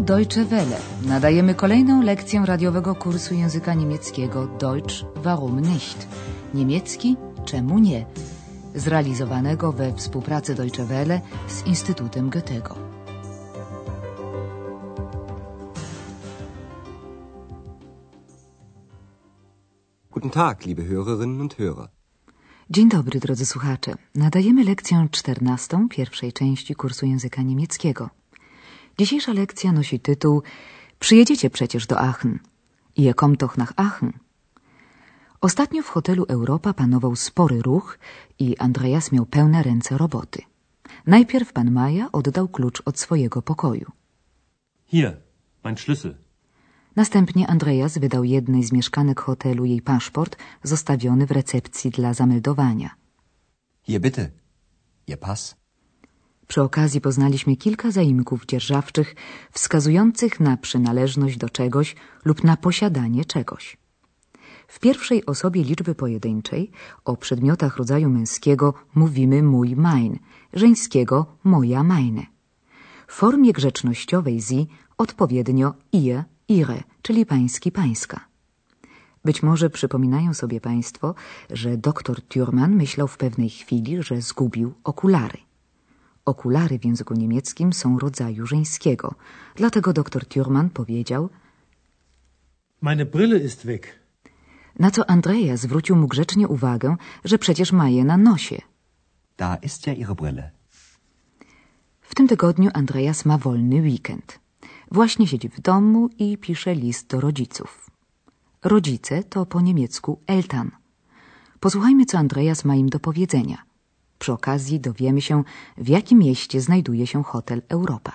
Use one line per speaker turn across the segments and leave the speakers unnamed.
Deutsche Welle. Nadajemy kolejną lekcję radiowego kursu języka niemieckiego Deutsch, warum nicht? Niemiecki, czemu nie? Zrealizowanego we współpracy Deutsche Welle z Instytutem Goethego.
Guten Tag, liebe Hörerinnen und Hörer.
Dzień dobry, drodzy słuchacze. Nadajemy lekcję 14 pierwszej części kursu języka niemieckiego. Dzisiejsza lekcja nosi tytuł Przyjedziecie przecież do Aachen. Ihr kommt doch nach Aachen. Ostatnio w hotelu Europa panował spory ruch i Andreas miał pełne ręce roboty. Najpierw pan Maja oddał klucz od swojego pokoju.
Hier, mein Schlüssel.
Następnie Andreas wydał jednej z mieszkanek hotelu jej paszport zostawiony w recepcji dla zameldowania.
Hier bitte, Ihr Pass.
Przy okazji poznaliśmy kilka zaimków dzierżawczych wskazujących na przynależność do czegoś lub na posiadanie czegoś. W pierwszej osobie liczby pojedynczej o przedmiotach rodzaju męskiego mówimy mój mein, żeńskiego moja meine. W formie grzecznościowej sie odpowiednio ihr, ihre, czyli pański, pańska. Być może przypominają sobie państwo, że doktor Thürmann myślał w pewnej chwili, że zgubił okulary. Okulary w języku niemieckim są rodzaju żeńskiego. Dlatego doktor Thürmann powiedział:
Meine Brille ist weg.
Na co Andreas zwrócił mu grzecznie uwagę, że przecież ma je na nosie.
Da ist ja Ihre Brille.
W tym tygodniu Andreas ma wolny weekend. Właśnie siedzi w domu i pisze list do rodziców. Rodzice to po niemiecku Eltern. Posłuchajmy, co Andreas ma im do powiedzenia. Przy okazji dowiemy się, w jakim mieście znajduje się hotel Europa.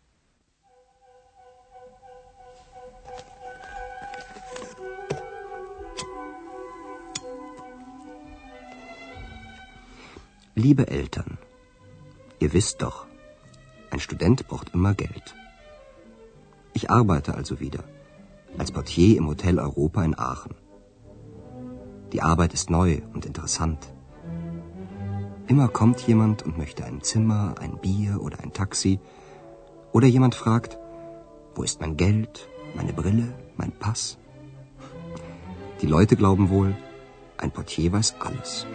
Liebe Eltern, ihr wisst doch, ein Student braucht immer Geld. Ich arbeite also wieder, als Portier im Hotel Europa in Aachen. Die Arbeit ist neu und interessant. Immer kommt jemand und möchte ein Zimmer, ein Bier oder ein Taxi. Oder jemand fragt, wo ist mein Geld, meine Brille, mein Pass? Die Leute glauben wohl, ein Portier weiß alles.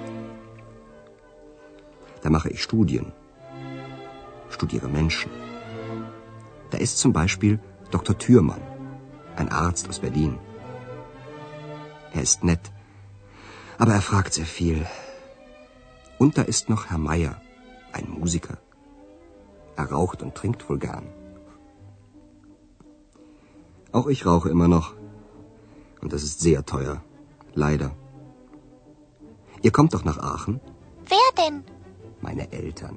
Da mache ich Studien, studiere Menschen. Da ist zum Beispiel Dr. Thürmann, ein Arzt aus Berlin. Er ist nett, aber er fragt sehr viel. Und da ist noch Herr Meier, ein Musiker. Er raucht und trinkt wohl gern. Auch ich rauche immer noch. Und das ist sehr teuer. Leider. Ihr kommt doch nach Aachen?
Wer denn?
Meine Eltern.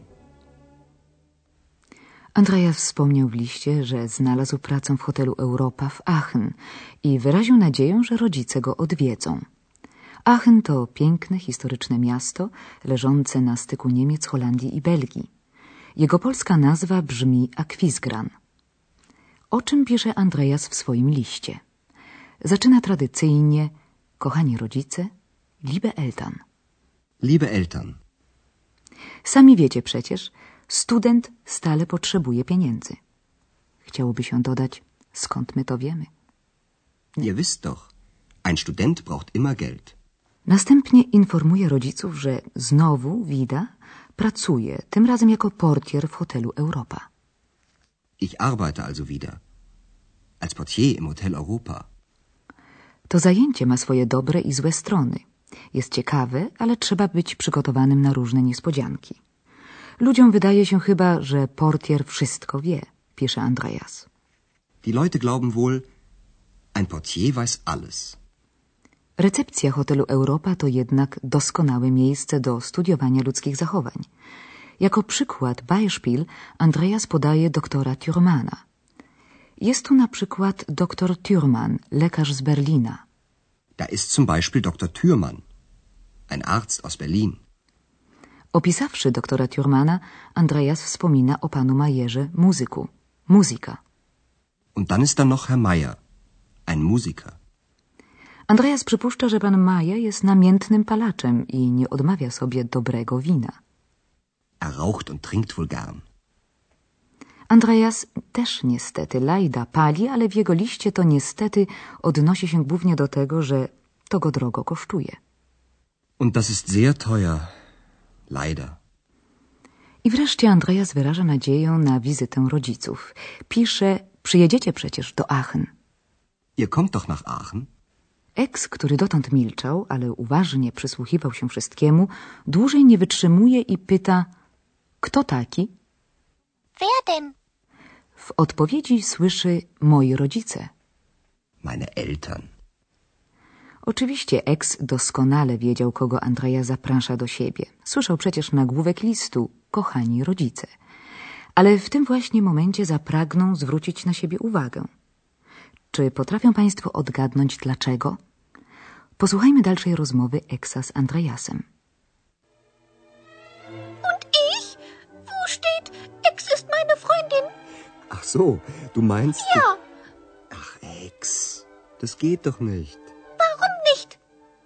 Andreas wspomniał w liście, że znalazł pracę w hotelu Europa w Aachen i wyraził nadzieję, że rodzice go odwiedzą. Aachen to piękne, historyczne miasto leżące na styku Niemiec, Holandii i Belgii. Jego polska nazwa brzmi Aquisgrán. O czym pisze Andreas w swoim liście? Zaczyna tradycyjnie: kochani rodzice, liebe Eltern.
Liebe Eltern.
Sami wiecie przecież, student stale potrzebuje pieniędzy. Chciałoby się dodać, skąd my to wiemy?
Ihr wisst doch, ein Student braucht immer Geld.
Następnie informuje rodziców, że znowu, Wida, pracuje, tym razem jako portier w hotelu Europa.
Ich arbeite also wieder, als Portier im Hotel Europa.
To zajęcie ma swoje dobre i złe strony. Jest ciekawe, ale trzeba być przygotowanym na różne niespodzianki. Ludziom wydaje się chyba, że portier wszystko wie, pisze Andreas.
Die Leute glauben wohl, ein Portier weiß alles.
Recepcja hotelu Europa to jednak doskonałe miejsce do studiowania ludzkich zachowań. Jako przykład, Beispiel, Andreas podaje doktora Thürmana. Jest tu na przykład doktor Thürmann, lekarz z Berlina.
Da ist zum Beispiel Dr. Thürmann, ein Arzt aus Berlin.
Opisawszy doktora Thürmana, Andreas wspomina o panu Majerze, muzyku, muzyka.
Und dann ist da noch Herr Meier, ein Musiker.
Andreas przypuszcza, że pan Maja jest namiętnym palaczem i nie odmawia sobie dobrego wina.
Er raucht und trinkt wohl gern.
Andreas też niestety lajda pali, ale w jego liście to niestety odnosi się głównie do tego, że to go drogo kosztuje.
Und das ist sehr teuer. Leider.
I wreszcie Andreas wyraża nadzieję na wizytę rodziców. Pisze, przyjedziecie przecież do Aachen.
Ihr kommt doch nach Aachen?
Eks, który dotąd milczał, ale uważnie przysłuchiwał się wszystkiemu, dłużej nie wytrzymuje i pyta, kto taki?
Wer denn?
W odpowiedzi słyszy moi rodzice.
Meine Eltern.
Oczywiście Eks doskonale wiedział, kogo Andrea zaprasza do siebie. Słyszał przecież nagłówek listu, kochani rodzice. Ale w tym właśnie momencie zapragną zwrócić na siebie uwagę. Czy potrafią Państwo odgadnąć dlaczego? Posłuchajmy dalszej rozmowy Eksa z Andreasem.
Und ich? Wo steht, Ex ist meine Freundin?
Ach so, du meinst...
Ja.
Ach, Ex, das geht doch nicht.
Warum nicht?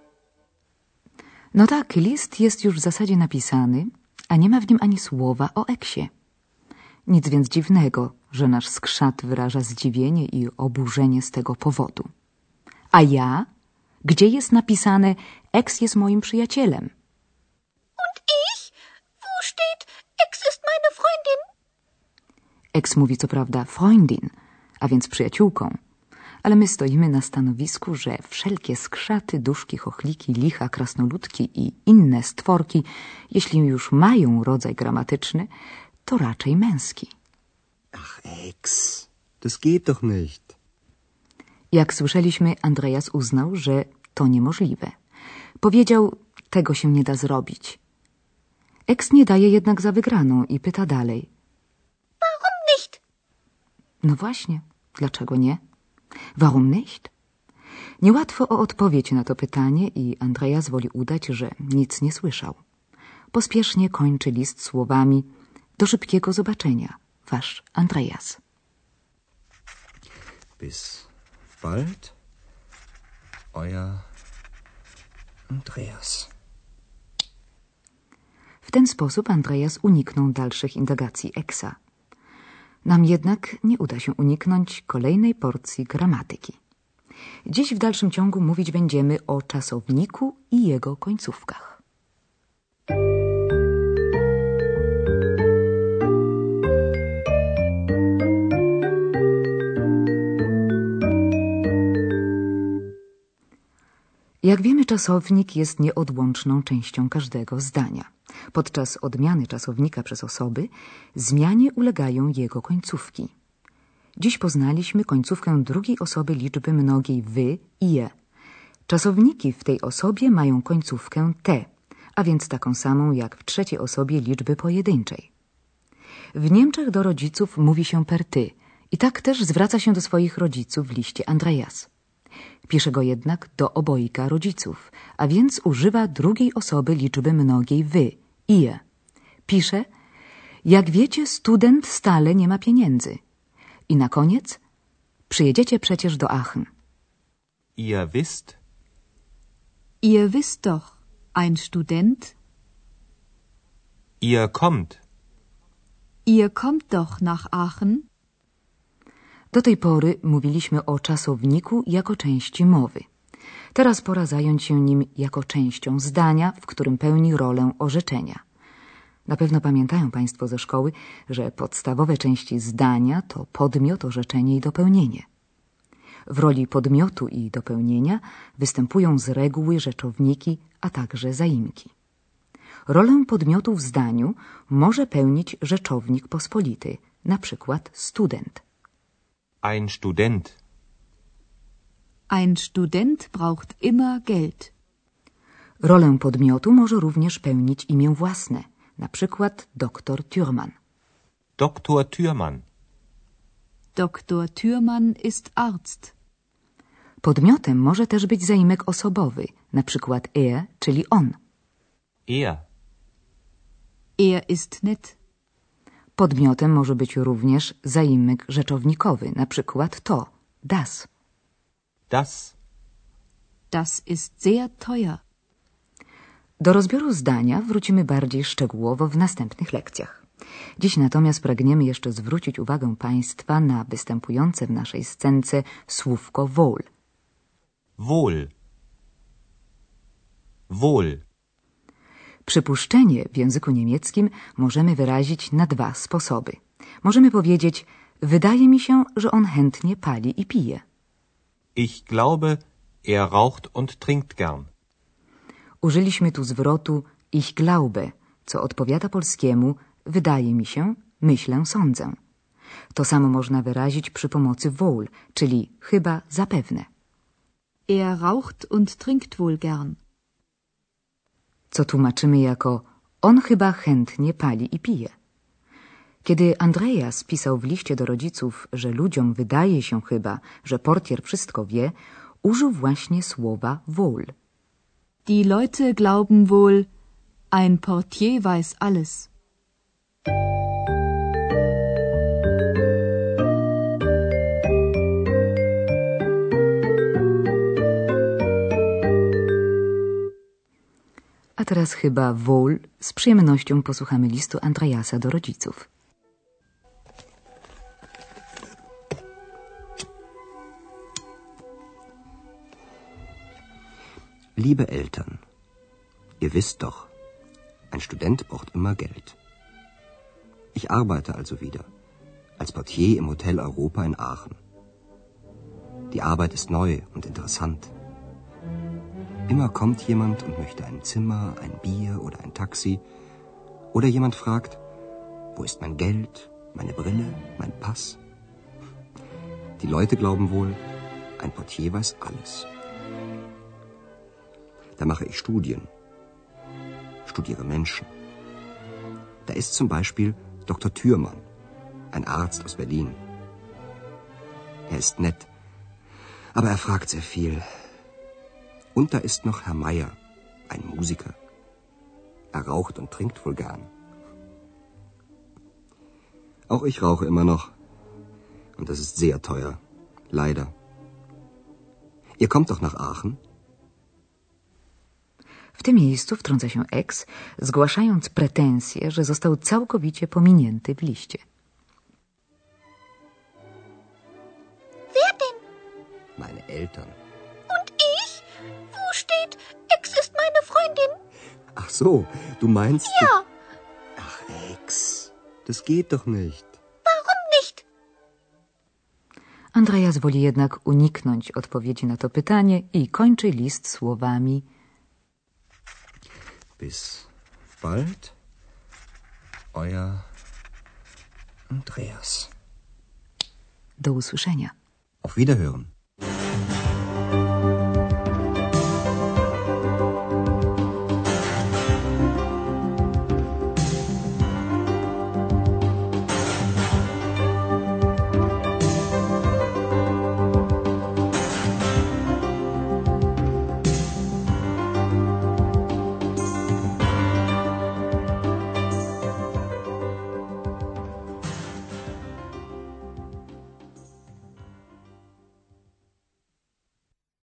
No tak, list jest już w zasadzie napisany, a nie ma w nim ani słowa o Eksie. Nic więc dziwnego, że nasz skrzat wyraża zdziwienie i oburzenie z tego powodu. A ja? Gdzie jest napisane, Eks jest moim przyjacielem?
Und ich? Wo steht, Ex ist meine Freundin?
Eks mówi co prawda Freundin, a więc przyjaciółką, ale my stoimy na stanowisku, że wszelkie skrzaty, duszki, chochliki, licha, krasnoludki i inne stworki, jeśli już mają rodzaj gramatyczny, to raczej męski.
Ach, Ex, das geht doch nicht.
Jak słyszeliśmy, Andreas uznał, że to niemożliwe. Powiedział, tego się nie da zrobić. Eks nie daje jednak za wygraną i pyta dalej.
Warum nicht?
No właśnie, dlaczego nie? Warum nicht? Niełatwo o odpowiedź na to pytanie i Andreas woli udać, że nic nie słyszał. Pospiesznie kończy list słowami: do szybkiego zobaczenia, wasz Andreas.
Bis bald, euer Andreas.
W ten sposób Andreas uniknął dalszych indagacji Eksa. Nam jednak nie uda się uniknąć kolejnej porcji gramatyki. Dziś w dalszym ciągu mówić będziemy o czasowniku i jego końcówkach. Jak wiemy, czasownik jest nieodłączną częścią każdego zdania. Podczas odmiany czasownika przez osoby zmianie ulegają jego końcówki. Dziś poznaliśmy końcówkę drugiej osoby liczby mnogiej wy i je. Czasowniki w tej osobie mają końcówkę te, a więc taką samą jak w trzeciej osobie liczby pojedynczej. W Niemczech do rodziców mówi się per ty i tak też zwraca się do swoich rodziców w liście Andreas. Pisze go jednak do obojga rodziców, a więc używa drugiej osoby liczby mnogiej wy, ihr. Pisze, jak wiecie, student stale nie ma pieniędzy. I na koniec, przyjedziecie przecież do Aachen.
Ihr wisst?
Ihr wisst doch, ein Student.
Ihr kommt?
Ihr kommt doch nach Aachen.
Do tej pory mówiliśmy o czasowniku jako części mowy. Teraz pora zająć się nim jako częścią zdania, w którym pełni rolę orzeczenia. Na pewno pamiętają Państwo ze szkoły, że podstawowe części zdania to podmiot, orzeczenie i dopełnienie. W roli podmiotu i dopełnienia występują z reguły rzeczowniki, a także zaimki. Rolę podmiotu w zdaniu może pełnić rzeczownik pospolity, na przykład student.
Ein Student.
Ein Student braucht immer Geld.
Rolę podmiotu może również pełnić imię własne, na przykład doktor Thürmann.
Dr. Thürmann.
Dr. Thürmann ist Arzt.
Podmiotem może też być zaimek osobowy, na przykład er, czyli on.
Er.
Er ist nett.
Podmiotem może być również zaimek rzeczownikowy, na przykład to, das.
Das.
Das ist sehr teuer.
Do rozbioru zdania wrócimy bardziej szczegółowo w następnych lekcjach. Dziś natomiast pragniemy jeszcze zwrócić uwagę Państwa na występujące w naszej scence słówko wohl.
Wohl. Wohl.
Przypuszczenie w języku niemieckim możemy wyrazić na dwa sposoby. Możemy powiedzieć: wydaje mi się, że on chętnie pali i pije.
Ich glaube, er raucht und trinkt gern.
Użyliśmy tu zwrotu ich glaube, co odpowiada polskiemu wydaje mi się, myślę, sądzę. To samo można wyrazić przy pomocy wohl, czyli chyba, zapewne.
Er raucht und trinkt wohl gern.
Co tłumaczymy jako on chyba chętnie pali i pije. Kiedy Andreas pisał w liście do rodziców, że ludziom wydaje się chyba, że portier wszystko wie, użył właśnie słowa wohl.
Die Leute glauben wohl, ein Portier weiß alles.
A teraz chyba wohl z przyjemnością posłuchamy listu Andreasa do rodziców.
Liebe Eltern, ihr wisst doch, ein Student braucht immer Geld. Ich arbeite also wieder, als Portier im Hotel Europa in Aachen. Die Arbeit ist neu und interessant. Immer kommt jemand und möchte ein Zimmer, ein Bier oder ein Taxi. Oder jemand fragt, wo ist mein Geld, meine Brille, mein Pass? Die Leute glauben wohl, ein Portier weiß alles. Da mache ich Studien, studiere Menschen. Da ist zum Beispiel Dr. Thürmann, ein Arzt aus Berlin. Er ist nett, aber er fragt sehr viel. Und da ist noch Herr Meier, ein Musiker. Er raucht und trinkt wohl gern. Auch ich rauche immer noch. Und das ist sehr teuer. Leider. Ihr kommt doch nach Aachen?
W tym miejscu wtrąca się Ex, zgłaszając pretensję, że został całkowicie pominięty w liście.
Wer denn?
Meine Eltern.
Und ich? Wo steht, Ex ist meine Freundin?
Ach so, du meinst...
Ja.
Ach, Ex, das geht doch nicht.
Warum nicht?
Andreas woli jednak uniknąć odpowiedzi na to pytanie i kończy list słowami:
Bis bald, euer Andreas.
do usłyszenia.
Auf Wiederhören.